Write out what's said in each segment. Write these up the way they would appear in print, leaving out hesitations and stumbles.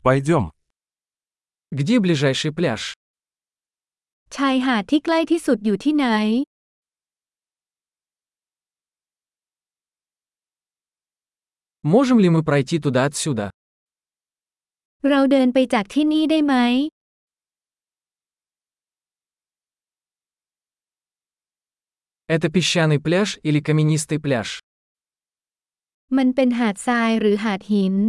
Пойдем. Где ближайший пляж? ชายหาดที่ใกล้ที่สุดอยู่ที่ไหน Можем ли мы пройти туда отсюда? เราเดินไปจากที่นี่ได้ไหม Это песчаный пляж или каменистый пляж? มันเป็นหาดทรายหรือหาดหิน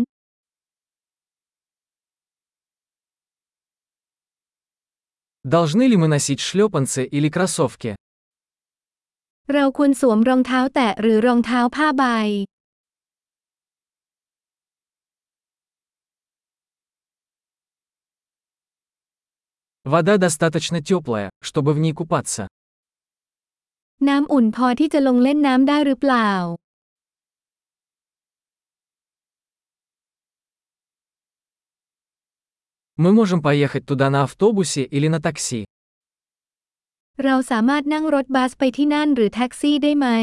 Должны ли мы носить шлепанцы или кроссовки? เราควรสวมรองเท้าแตะหรือรองเท้าผ้าใบ Вода достаточно теплая, чтобы в ней купаться. น้ำอุ่นพอที่จะลงเล่นน้ำได้หรือเปล่า Мы можем поехать туда на автобусе или на такси. เราสามารถนั่งรถบัสไปที่นั่นหรือแท็กซี่ได้ไหม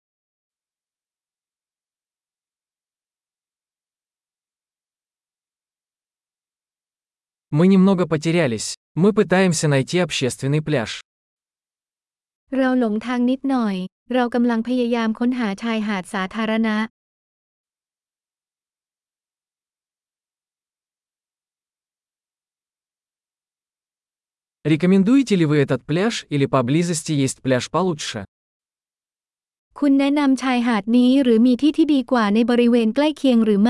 Мы немного потерялись. Мы пытаемся найти общественный пляж. เราหลงทางนิดหน่อย เรากำลังพยายามค้นหาชายหาดสาธารณะ Рекомендуете ли вы этот пляж или поблизости есть пляж получше? คุณแนะนำชายหาดนี้หรือมีที่ที่ดีกว่าในบริเวณใกล้เคียงหรือไม่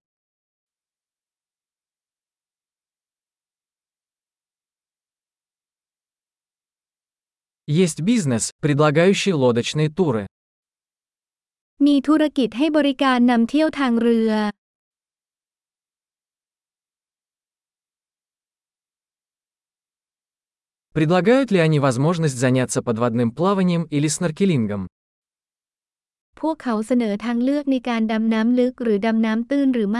Есть бизнес, предлагающий лодочные туры. มีธุรกิจให้บริการนำเที่ยวทางเรือ Предлагают ли они возможность заняться подводным плаванием или сноркелингом? พวกเขาเสนอทางเลือกในการดำน้ำลึกหรือดำน้ำตื้นหรือไม่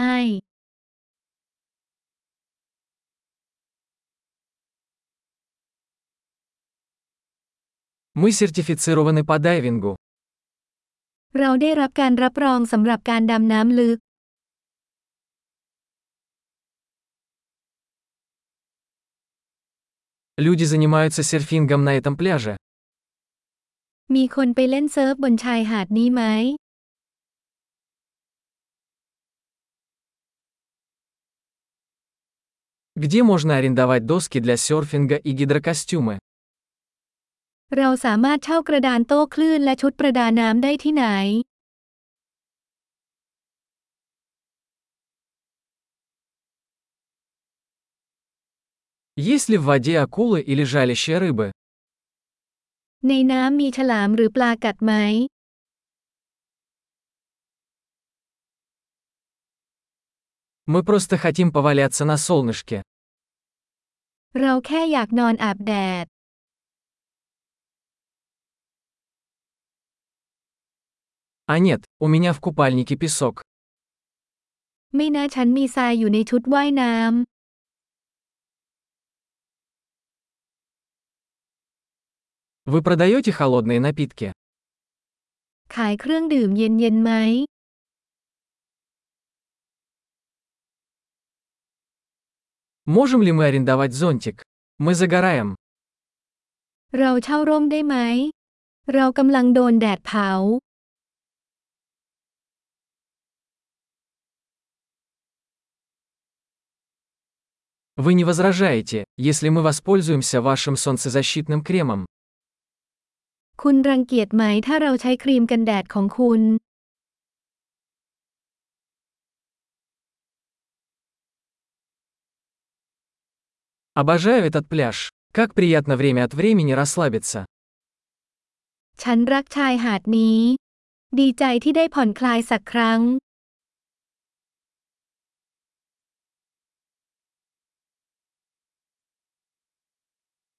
Мы сертифицированы по дайвингу. เราได้รับการรับรองสำหรับการดำน้ำลึก Люди занимаются серфингом на этом пляже. มีคนไปเล่นเซิร์ฟบนชายหาดนี้ไหม Где можно арендовать доски для серфинга и гидрокостюмы? เราสามารถเช่ากระดานโต้คลื่นและชุดประดาน้ำได้ที่ไหน Есть ли в воде акулы или жалящие рыбы? ในน้ำมีฉลามหรือปลากัดไหม Мы просто хотим поваляться на солнышке. เราแค่อยากนอนอาบแดด А нет, у меня в купальнике песок. ไม่น่าฉันมีทรายอยู่ในชุดว่ายน้ำ Вы продаете холодные напитки? ขายเครื่องดื่มเย็นๆไหม Можем ли мы арендовать зонтик? Мы загораем. เราเช่าร่มได้ไหม เรากำลังโดนแดดเผา Вы не возражаете, если мы воспользуемся вашим солнцезащитным кремом? คุณรังเกียจไหมถ้าเราใช้ครีมกันแดดของคุณ Обожаю этот пляж. Как приятно время от времени расслабиться. ฉันรักชายหาดนี้ ดีใจที่ได้ผ่อนคลายสักครั้ง